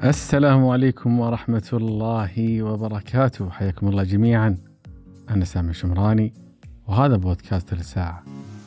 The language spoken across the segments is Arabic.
السلام عليكم ورحمة الله وبركاته، حياكم الله جميعا. أنا سامي شمراني وهذا بودكاست الساعة.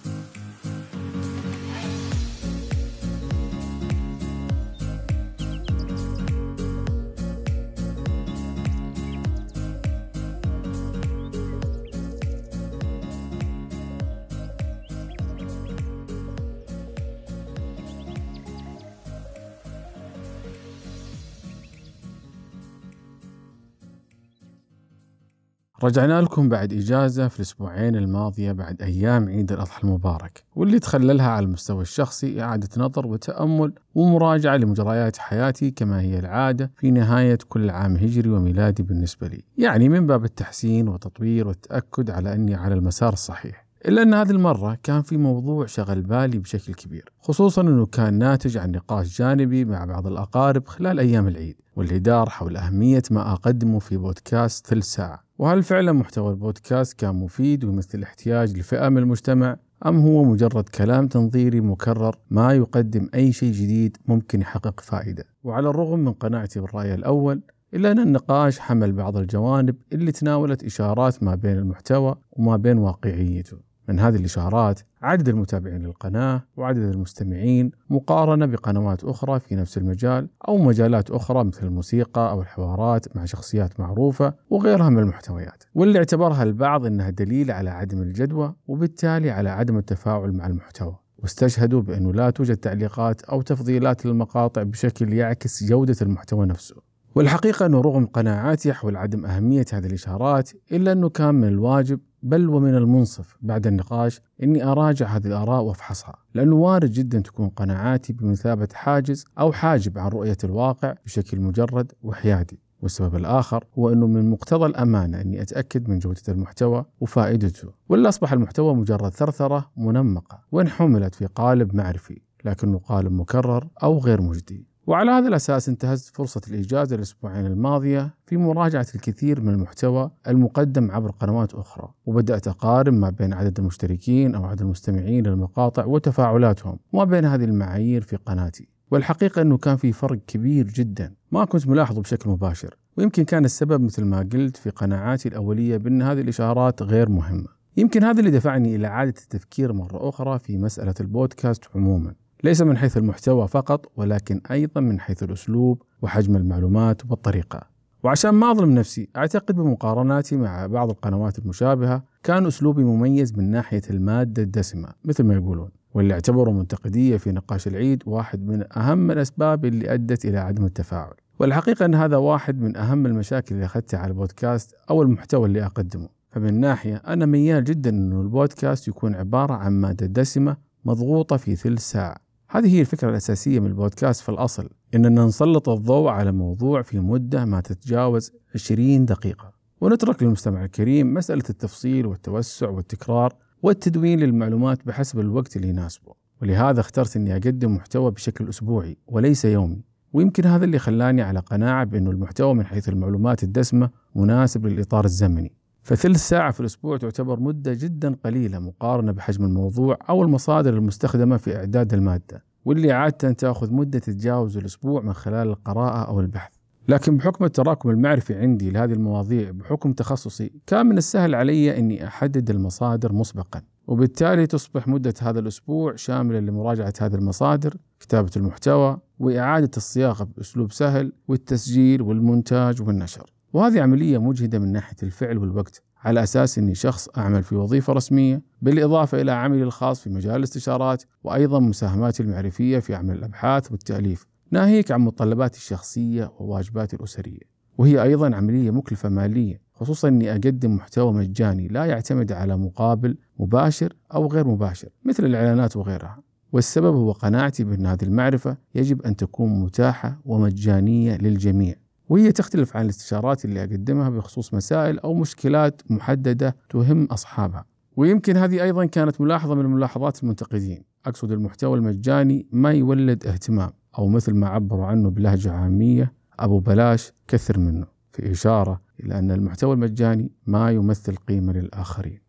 رجعنا لكم بعد إجازة في الأسبوعين الماضية بعد أيام عيد الأضحى المبارك، واللي تخللها على المستوى الشخصي إعادة نظر وتأمل ومراجعة لمجريات حياتي كما هي العادة في نهاية كل عام هجري وميلادي بالنسبة لي، يعني من باب التحسين وتطوير والتأكد على أني على المسار الصحيح. إلا أن هذه المرة كان في موضوع شغل بالي بشكل كبير، خصوصا أنه كان ناتج عن نقاش جانبي مع بعض الأقارب خلال أيام العيد، واللي دار حول أهمية ما أقدمه في بودكاست ثلث ساعة. وهل فعلا محتوى البودكاست كان مفيد ويمثل احتياج لفئة من المجتمع، أم هو مجرد كلام تنظيري مكرر ما يقدم أي شيء جديد ممكن يحقق فائدة؟ وعلى الرغم من قناعتي بالرأي الأول، إلا أن النقاش حمل بعض الجوانب اللي تناولت إشارات ما بين المحتوى وما بين واقعيته. من هذه الإشارات عدد المتابعين للقناة وعدد المستمعين مقارنة بقنوات أخرى في نفس المجال أو مجالات أخرى مثل الموسيقى أو الحوارات مع شخصيات معروفة وغيرها من المحتويات، واللي اعتبرها البعض أنها دليل على عدم الجدوى وبالتالي على عدم التفاعل مع المحتوى، واستشهدوا بأنه لا توجد تعليقات أو تفضيلات للمقاطع بشكل يعكس جودة المحتوى نفسه. والحقيقة أنه رغم قناعاتي حول عدم أهمية هذه الإشارات، إلا أنه كان من الواجب بل ومن المنصف بعد النقاش أني أراجع هذه الآراء وأفحصها، لأنه وارد جدا تكون قناعاتي بمثابة حاجز أو حاجب عن رؤية الواقع بشكل مجرد وحيادي. والسبب الآخر هو أنه من مقتضى الأمانة أني أتأكد من جودة المحتوى وفائدته، ولا أصبح المحتوى مجرد ثرثرة منمقة وإن حملت في قالب معرفي لكنه قالب مكرر أو غير مجدي. وعلى هذا الأساس انتهزت فرصة الإجازة الأسبوعين الماضية في مراجعة الكثير من المحتوى المقدم عبر قنوات أخرى، وبدأت أقارن ما بين عدد المشتركين أو عدد المستمعين للمقاطع وتفاعلاتهم وما بين هذه المعايير في قناتي. والحقيقة أنه كان في فرق كبير جدا ما كنت ملاحظه بشكل مباشر، ويمكن كان السبب مثل ما قلت في قناعاتي الأولية بأن هذه الإشارات غير مهمة. يمكن هذا اللي دفعني إلى إعادة التفكير مرة أخرى في مسألة البودكاست عموما، ليس من حيث المحتوى فقط ولكن أيضا من حيث الأسلوب وحجم المعلومات والطريقة. وعشان ما أظلم نفسي، أعتقد بمقارناتي مع بعض القنوات المشابهة كان أسلوبي مميز من ناحية المادة الدسمة مثل ما يقولون، واللي اعتبروا منتقدية في نقاش العيد واحد من أهم الأسباب اللي أدت إلى عدم التفاعل. والحقيقة أن هذا واحد من أهم المشاكل اللي أخذتها على البودكاست أو المحتوى اللي أقدمه. فمن ناحية أنا ميال جدا أنه البودكاست يكون عبارة عن مادة دسمة مضغوطة في ثلث ساعة. هذه هي الفكرة الأساسية من البودكاست في الأصل، إننا نسلط الضوء على موضوع في مدة ما تتجاوز 20 دقيقة، ونترك للمستمع الكريم مسألة التفصيل والتوسع والتكرار والتدوين للمعلومات بحسب الوقت اللي يناسبه. ولهذا اخترت أني أقدم محتوى بشكل أسبوعي وليس يومي، ويمكن هذا اللي خلاني على قناعة بأنه المحتوى من حيث المعلومات الدسمة مناسب للإطار الزمني. فثلث ساعة في الأسبوع تعتبر مدة جدا قليلة مقارنة بحجم الموضوع أو المصادر المستخدمة في إعداد المادة، واللي عادة تأخذ مدة تتجاوز الأسبوع من خلال القراءة أو البحث. لكن بحكم التراكم المعرفي عندي لهذه المواضيع بحكم تخصصي، كان من السهل علي أني أحدد المصادر مسبقا، وبالتالي تصبح مدة هذا الأسبوع شاملة لمراجعة هذه المصادر، كتابة المحتوى، وإعادة الصياغة بأسلوب سهل، والتسجيل والمونتاج والنشر. وهذه عملية مجهدة من ناحية الفعل والوقت، على أساس أني شخص أعمل في وظيفة رسمية، بالإضافة إلى عملي الخاص في مجال الاستشارات، وأيضا مساهماتي المعرفية في عمل الأبحاث والتأليف، ناهيك عن متطلباتي الشخصية وواجباتي الأسرية. وهي أيضا عملية مكلفة ماليا، خصوصا أني أقدم محتوى مجاني لا يعتمد على مقابل مباشر أو غير مباشر مثل الإعلانات وغيرها. والسبب هو قناعتي بأن هذه المعرفة يجب أن تكون متاحة ومجانية للجميع، وهي تختلف عن الاستشارات اللي أقدمها بخصوص مسائل أو مشكلات محددة تهم أصحابها. ويمكن هذه أيضا كانت ملاحظة من ملاحظات المنتقدين، أقصد المحتوى المجاني ما يولد اهتمام، أو مثل ما عبروا عنه بلهجة عامية أبو بلاش كثر منه، في إشارة إلى أن المحتوى المجاني ما يمثل قيمة للآخرين.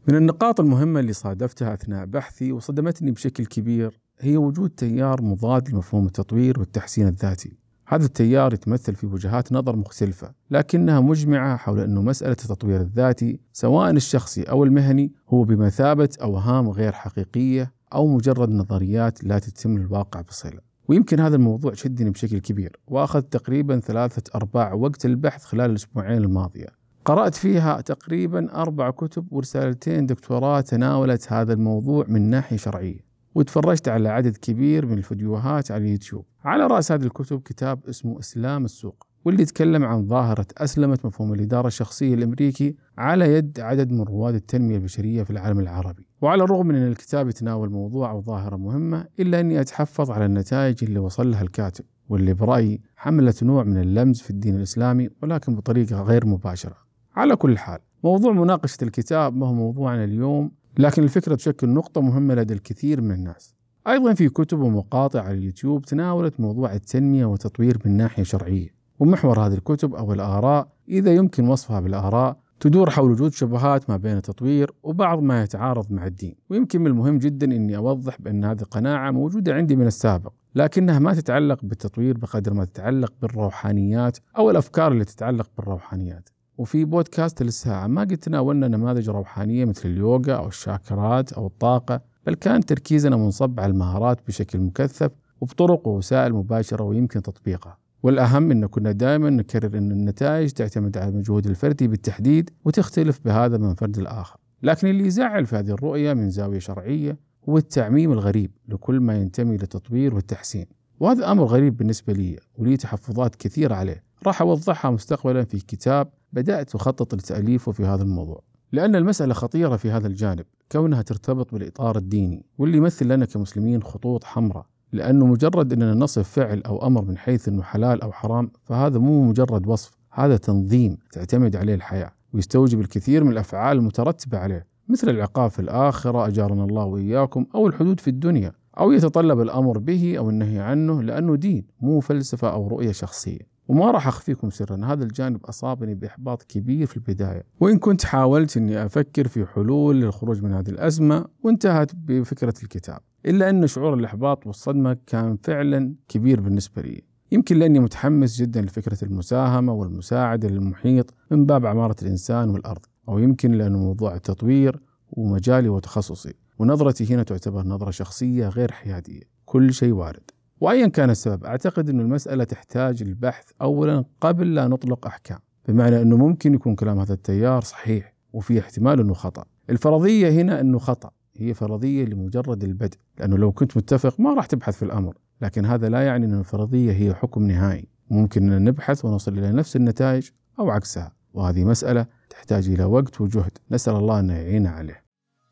من النقاط المهمة اللي صادفتها أثناء بحثي وصدمتني بشكل كبير هي وجود تيار مضاد لمفهوم التطوير والتحسين الذاتي. هذا التيار يتمثل في وجهات نظر مختلفة، لكنها مجمعة حول أنه مسألة التطوير الذاتي سواء الشخصي أو المهني هو بمثابة أوهام غير حقيقية أو مجرد نظريات لا تتم الواقع بصلة. ويمكن هذا الموضوع شدني بشكل كبير، وأخذ تقريبا 3/4 وقت البحث خلال الأسبوعين الماضية. قرأت فيها تقريبا 4 كتب ورسالتين دكتوراه تناولت هذا الموضوع من ناحية شرعية، وتفرجت على عدد كبير من الفيديوهات على اليوتيوب. على رأس هذه الكتب كتاب اسمه إسلام السوق، واللي يتكلم عن ظاهرة أسلمت مفهوم الإدارة الشخصية الأمريكي على يد عدد من رواد التنمية البشرية في العالم العربي. وعلى الرغم من أن الكتاب يتناول موضوع أو ظاهرة مهمة، إلا أني أتحفظ على النتائج اللي وصل لها الكاتب، واللي برأيي حملت نوع من اللمز في الدين الإسلامي ولكن بطريقة غير مباشرة. على كل حال، موضوع مناقشة الكتاب ما هو موضوعنا اليوم، لكن الفكرة تشكل نقطة مهمة لدى الكثير من الناس. أيضا في كتب ومقاطع على اليوتيوب تناولت موضوع التنمية والتطوير من ناحية شرعية، ومحور هذه الكتب أو الآراء، إذا يمكن وصفها بالآراء، تدور حول وجود شبهات ما بين التطوير وبعض ما يتعارض مع الدين. ويمكن من المهم جدا أني أوضح بأن هذه قناعة موجودة عندي من السابق، لكنها ما تتعلق بالتطوير بقدر ما تتعلق بالروحانيات أو الأفكار اللي تتعلق بالروحانيات. وفي بودكاست للساعة ما قد تناولنا نماذج روحانية مثل اليوغا أو الشاكرات أو الطاقة، بل كان تركيزنا منصب على المهارات بشكل مكثف وبطرق ووسائل مباشرة ويمكن تطبيقها. والأهم أن كنا دائما نكرر أن النتائج تعتمد على المجهود الفردي بالتحديد وتختلف بهذا من فرد لآخر. لكن اللي يزعل في هذه الرؤية من زاوية شرعية هو التعميم الغريب لكل ما ينتمي للتطوير والتحسين، وهذا أمر غريب بالنسبة لي ولي تحفظات كثيرة عليه، راح أوضحها مستقبلا في كتاب بدأت أخطط لتأليفه في هذا الموضوع. لأن المسألة خطيرة في هذا الجانب، كونها ترتبط بالإطار الديني واللي يمثل لنا كمسلمين خطوط حمراء، لأنه مجرد أننا نصف فعل أو أمر من حيث أنه حلال أو حرام، فهذا مو مجرد وصف، هذا تنظيم تعتمد عليه الحياة ويستوجب الكثير من الأفعال المترتبة عليه، مثل العقاب في الآخرة أجارنا الله وإياكم، أو الحدود في الدنيا، أو يتطلب الأمر به أو النهي عنه لأنه دين مو فلسفة أو رؤية شخصية. وما راح أخفيكم سرا، هذا الجانب أصابني بإحباط كبير في البداية، وإن كنت حاولت أني أفكر في حلول للخروج من هذه الأزمة وانتهت بفكرة الكتاب، إلا أن شعور الإحباط والصدمة كان فعلا كبير بالنسبة لي. يمكن لأني متحمس جدا لفكرة المساهمة والمساعدة للمحيط من باب عمارة الإنسان والأرض، أو يمكن لأنه موضوع التطوير ومجالي وتخصصي، ونظرتي هنا تعتبر نظرة شخصية غير حيادية. كل شيء وارد، وأيا كان السبب. أعتقد أن المسألة تحتاج البحث أولا قبل لا نطلق أحكام، بمعنى أنه ممكن يكون كلام هذا التيار صحيح وفي احتمال أنه خطأ. الفرضية هنا أنه خطأ هي فرضية لمجرد البدء، لأنه لو كنت متفق ما راح تبحث في الأمر، لكن هذا لا يعني أن الفرضية هي حكم نهائي. ممكن أن نبحث ونصل إلى نفس النتائج أو عكسها، وهذه مسألة تحتاج إلى وقت وجهد، نسأل الله أن يعين عليه.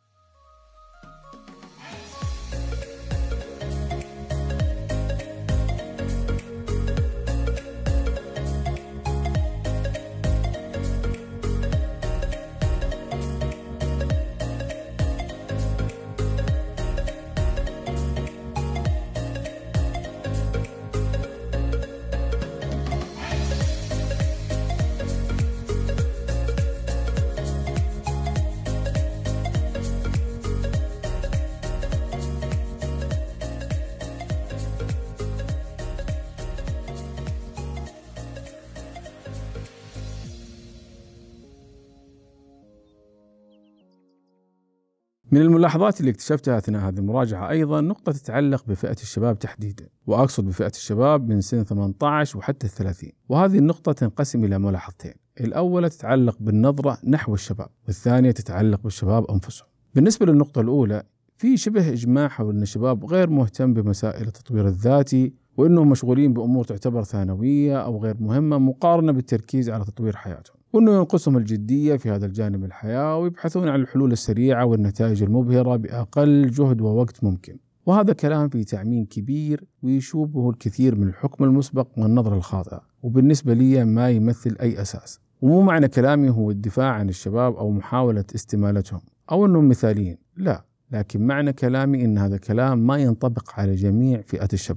من الملاحظات اللي اكتشفتها أثناء هذه المراجعة أيضا نقطة تتعلق بفئة الشباب تحديدا، وأقصد بفئة الشباب من سن 18 وحتى 30. وهذه النقطة تنقسم إلى ملاحظتين، الأولى تتعلق بالنظرة نحو الشباب، والثانية تتعلق بالشباب أنفسهم. بالنسبة للنقطة الأولى، في شبه إجماع حول أن الشباب غير مهتم بمسائل التطوير الذاتي، وأنهم مشغولين بأمور تعتبر ثانوية أو غير مهمة مقارنة بالتركيز على تطوير حياتهم، وأنه ينقصهم الجدية في هذا الجانب من الحياة، ويبحثون عن الحلول السريعة والنتائج المبهرة بأقل جهد ووقت ممكن. وهذا كلام فيه تعميم كبير ويشوبه الكثير من الحكم المسبق والنظرة الخاطئة، وبالنسبة لي ما يمثل أي أساس. ومو معنى كلامي هو الدفاع عن الشباب أو محاولة استمالتهم أو أنهم مثاليين، لا، لكن معنى كلامي أن هذا كلام ما ينطبق على جميع فئة الشباب.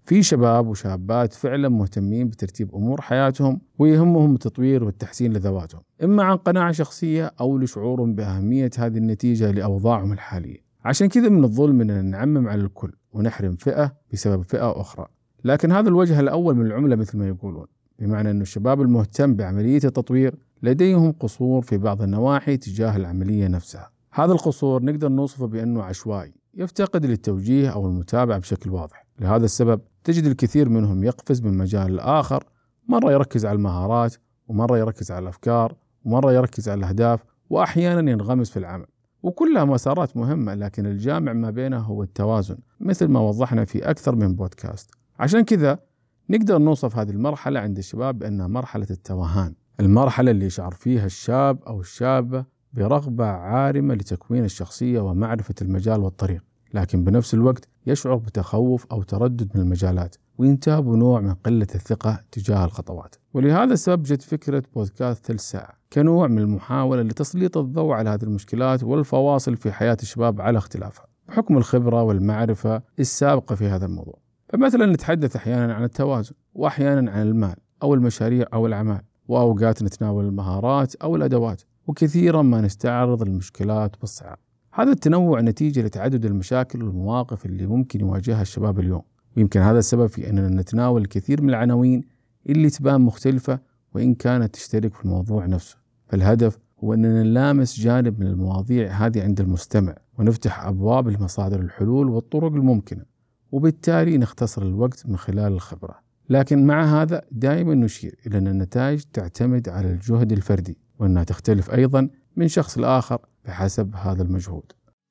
في شباب وشابات فعلا مهتمين بترتيب أمور حياتهم ويهمهم التطوير والتحسين لذواتهم، إما عن قناعة شخصية أو لشعورهم بأهمية هذه النتيجة لأوضاعهم الحالية. عشان كذا من الظلم أننا نعمم على الكل ونحرم فئة بسبب فئة أخرى، لكن هذا الوجه الأول من العملة مثل ما يقولون، بمعنى أن الشباب المهتم بعملية التطوير لديهم قصور في بعض النواحي تجاه العملية نفسها. هذا القصور نقدر نوصفه بأنه عشوائي، يفتقد للتوجيه أو المتابعة بشكل واضح. لهذا السبب تجد الكثير منهم يقفز من مجال لآخر، مرة يركز على المهارات، ومرة يركز على الأفكار، ومرة يركز على الأهداف، وأحيانا ينغمس في العمل. وكلها مسارات مهمة، لكن الجامع ما بينها هو التوازن، مثل ما وضحنا في أكثر من بودكاست. عشان كذا نقدر نوصف هذه المرحلة عند الشباب بأنها مرحلة التوهان، المرحلة اللي يشعر فيها الشاب أو الشابة برغبة عارمة لتكوين الشخصية ومعرفة المجال والطريق، لكن بنفس الوقت يشعر بتخوف أو تردد من المجالات، وينتاب نوع من قلة الثقة تجاه الخطوات. ولهذا السبب جت فكرة بودكاست ثلث ساعة كنوع من المحاولة لتسليط الضوء على هذه المشكلات والفواصل في حياة الشباب على اختلافها بحكم الخبرة والمعرفة السابقة في هذا الموضوع. فمثلا نتحدث أحيانا عن التوازن، وأحيانا عن المال أو المشاريع أو الأعمال، وأوقات نتناول المهارات أو الأدوات، وكثيرا ما نستعرض المشكلات والصعاب. هذا التنوع نتيجة لتعدد المشاكل والمواقف اللي ممكن يواجهها الشباب اليوم، ويمكن هذا السبب في أننا نتناول الكثير من العناوين اللي تبان مختلفة وإن كانت تشترك في الموضوع نفسه. فالهدف هو أننا نلامس جانب من المواضيع هذه عند المستمع، ونفتح أبواب لمصادر الحلول والطرق الممكنة، وبالتالي نختصر الوقت من خلال الخبرة. لكن مع هذا دائما نشير إلى أن النتائج تعتمد على الجهد الفردي، وأنها تختلف أيضا من شخص لآخر بحسب هذا المجهود.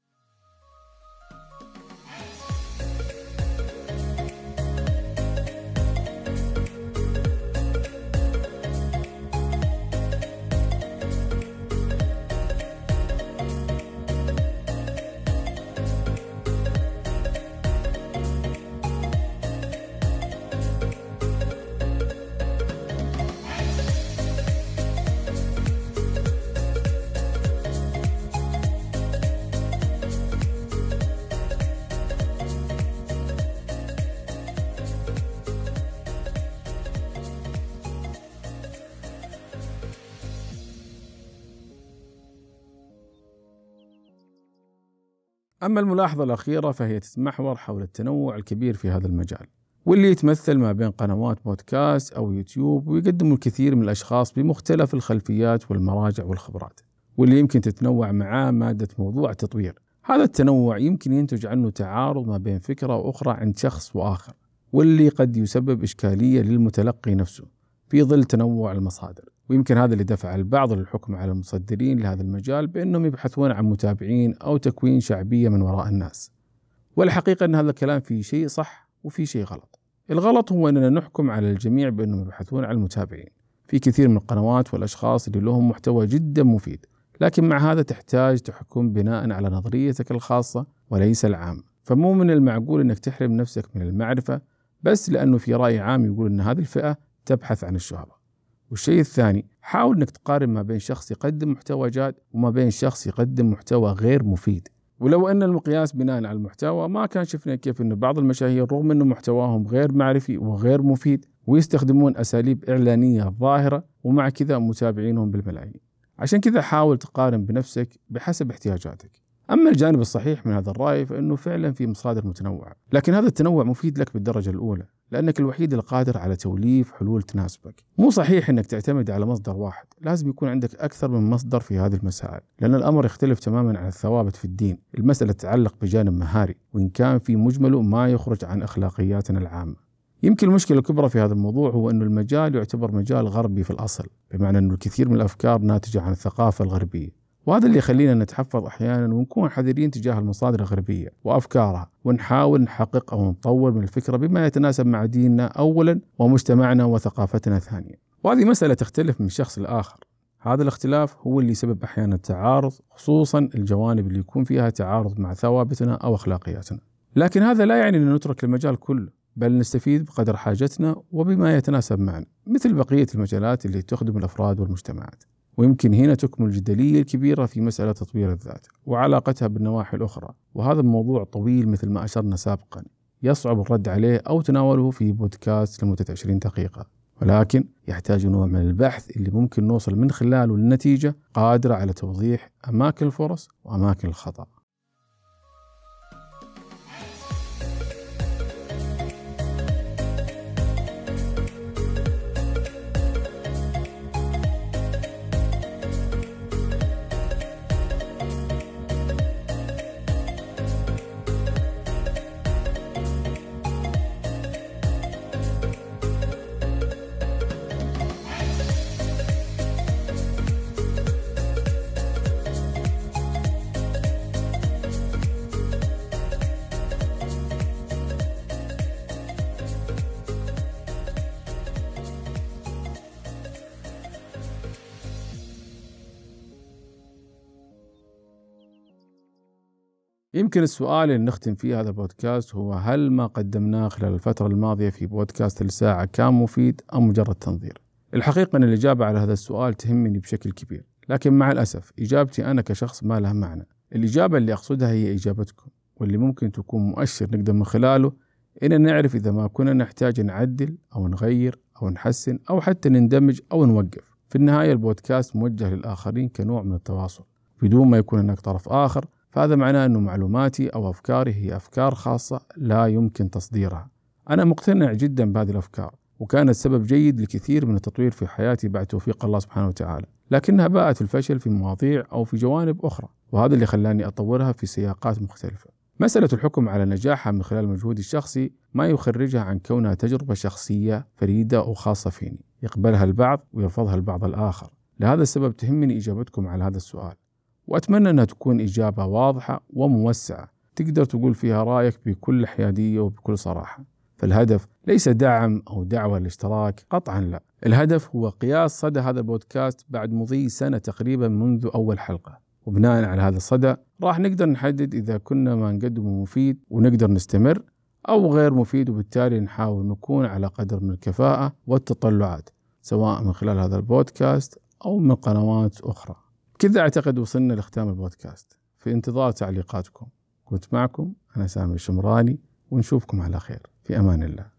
أما الملاحظة الأخيرة فهي تتمحور حول التنوع الكبير في هذا المجال، واللي يتمثل ما بين قنوات بودكاست أو يوتيوب، ويقدم الكثير من الأشخاص بمختلف الخلفيات والمراجع والخبرات، واللي يمكن تتنوع معاه مادة موضوع التطوير. هذا التنوع يمكن ينتج عنه تعارض ما بين فكرة أخرى عند شخص وآخر، واللي قد يسبب إشكالية للمتلقي نفسه في ظل تنوع المصادر. ويمكن هذا اللي دفع البعض للحكم على المصدرين لهذا المجال بأنهم يبحثون عن متابعين أو تكوين شعبية من وراء الناس. والحقيقة أن هذا الكلام فيه شيء صح وفيه شيء غلط. الغلط هو أننا نحكم على الجميع بأنهم يبحثون عن المتابعين. في كثير من القنوات والأشخاص اللي لهم محتوى جدا مفيد، لكن مع هذا تحتاج تحكم بناء على نظريتك الخاصة وليس العام. فمو من المعقول أنك تحرم نفسك من المعرفة بس لأنه في رأي عام يقول أن هذه الفئة تبحث عن الشهرة. والشيء الثاني، حاول أنك تقارن ما بين شخص يقدم محتوى جاد وما بين شخص يقدم محتوى غير مفيد. ولو أن المقياس بناء على المحتوى، ما كان شفنا كيف أن بعض المشاهير رغم أن محتواهم غير معرفي وغير مفيد ويستخدمون أساليب إعلانية ظاهرة، ومع كذا متابعينهم بالملايين. عشان كذا حاول تقارن بنفسك بحسب احتياجاتك. أما الجانب الصحيح من هذا الرأي فإنه فعلا في مصادر متنوعة، لكن هذا التنوع مفيد لك بالدرجة الأولى لأنك الوحيد القادر على توليف حلول تناسبك. مو صحيح أنك تعتمد على مصدر واحد، لازم يكون عندك أكثر من مصدر في هذه المسائل، لأن الأمر يختلف تماما عن الثوابت في الدين. المسألة تتعلق بجانب مهاري، وإن كان في مجمله ما يخرج عن أخلاقياتنا العامة. يمكن المشكلة الكبرى في هذا الموضوع هو أن المجال يعتبر مجال غربي في الأصل، بمعنى أن الكثير من الأفكار ناتجة عن الثقافة الغربية، وهذا اللي يخلينا نتحفظ أحيانا ونكون حذرين تجاه المصادر الغربية وأفكارها، ونحاول نحقق أو نطور من الفكرة بما يتناسب مع ديننا أولا ومجتمعنا وثقافتنا ثانيا. وهذه مسألة تختلف من شخص لآخر. هذا الاختلاف هو اللي يسبب أحيانا التعارض، خصوصا الجوانب اللي يكون فيها تعارض مع ثوابتنا أو أخلاقياتنا. لكن هذا لا يعني أن نترك المجال كله، بل نستفيد بقدر حاجتنا وبما يتناسب معنا، مثل بقية المجالات اللي تخدم الأفراد والمجتمعات. ويمكن هنا تكمن الجدلية الكبيرة في مسألة تطوير الذات وعلاقتها بالنواحي الأخرى، وهذا الموضوع طويل مثل ما أشرنا سابقا، يصعب الرد عليه أو تناوله في بودكاست لمدة 20 دقيقة، ولكن يحتاج نوع من البحث اللي ممكن نوصل من خلاله للنتيجة قادرة على توضيح أماكن الفرص وأماكن الخطأ. يمكن السؤال اللي نختم فيه هذا البودكاست هو: هل ما قدمناه خلال الفترة الماضية في بودكاست الساعة كان مفيد أم مجرد تنظير؟ الحقيقة أن الإجابة على هذا السؤال تهمني بشكل كبير، لكن مع الأسف إجابتي أنا كشخص ما لها معنى. الإجابة اللي أقصدها هي إجابتكم، واللي ممكن تكون مؤشر نقدر من خلاله إن نعرف إذا ما كنا نحتاج نعدل أو نغير أو نحسن أو حتى نندمج أو نوقف. في النهاية البودكاست موجه للآخرين كنوع من التواصل بدون ما يكون هناك طرف آخر، فهذا معناه أنه معلوماتي أو أفكاري هي أفكار خاصة لا يمكن تصديرها. أنا مقتنع جدا بهذه الأفكار، وكانت سبب جيد لكثير من التطوير في حياتي بعد توفيق الله سبحانه وتعالى، لكنها باءت الفشل في مواضيع أو في جوانب أخرى، وهذا اللي خلاني أطورها في سياقات مختلفة. مسألة الحكم على نجاحها من خلال مجهودي الشخصي ما يخرجها عن كونها تجربة شخصية فريدة أو خاصة فيني، يقبلها البعض ويرفضها البعض الآخر. لهذا السبب تهمني إجابتكم على هذا السؤال، وأتمنى أنها تكون إجابة واضحة وموسعة تقدر تقول فيها رأيك بكل حيادية وبكل صراحة. فالهدف ليس دعم أو دعوة للاشتراك، قطعا لا. الهدف هو قياس صدى هذا البودكاست بعد مضي سنة تقريبا منذ أول حلقة، وبناء على هذا الصدى راح نقدر نحدد إذا كنا ما نقدمه مفيد ونقدر نستمر، أو غير مفيد وبالتالي نحاول نكون على قدر من الكفاءة والتطلعات، سواء من خلال هذا البودكاست أو من قنوات أخرى. كذا أعتقد وصلنا لختام البودكاست، في انتظار تعليقاتكم. كنت معكم أنا سامي الشمراني، ونشوفكم على خير، في أمان الله.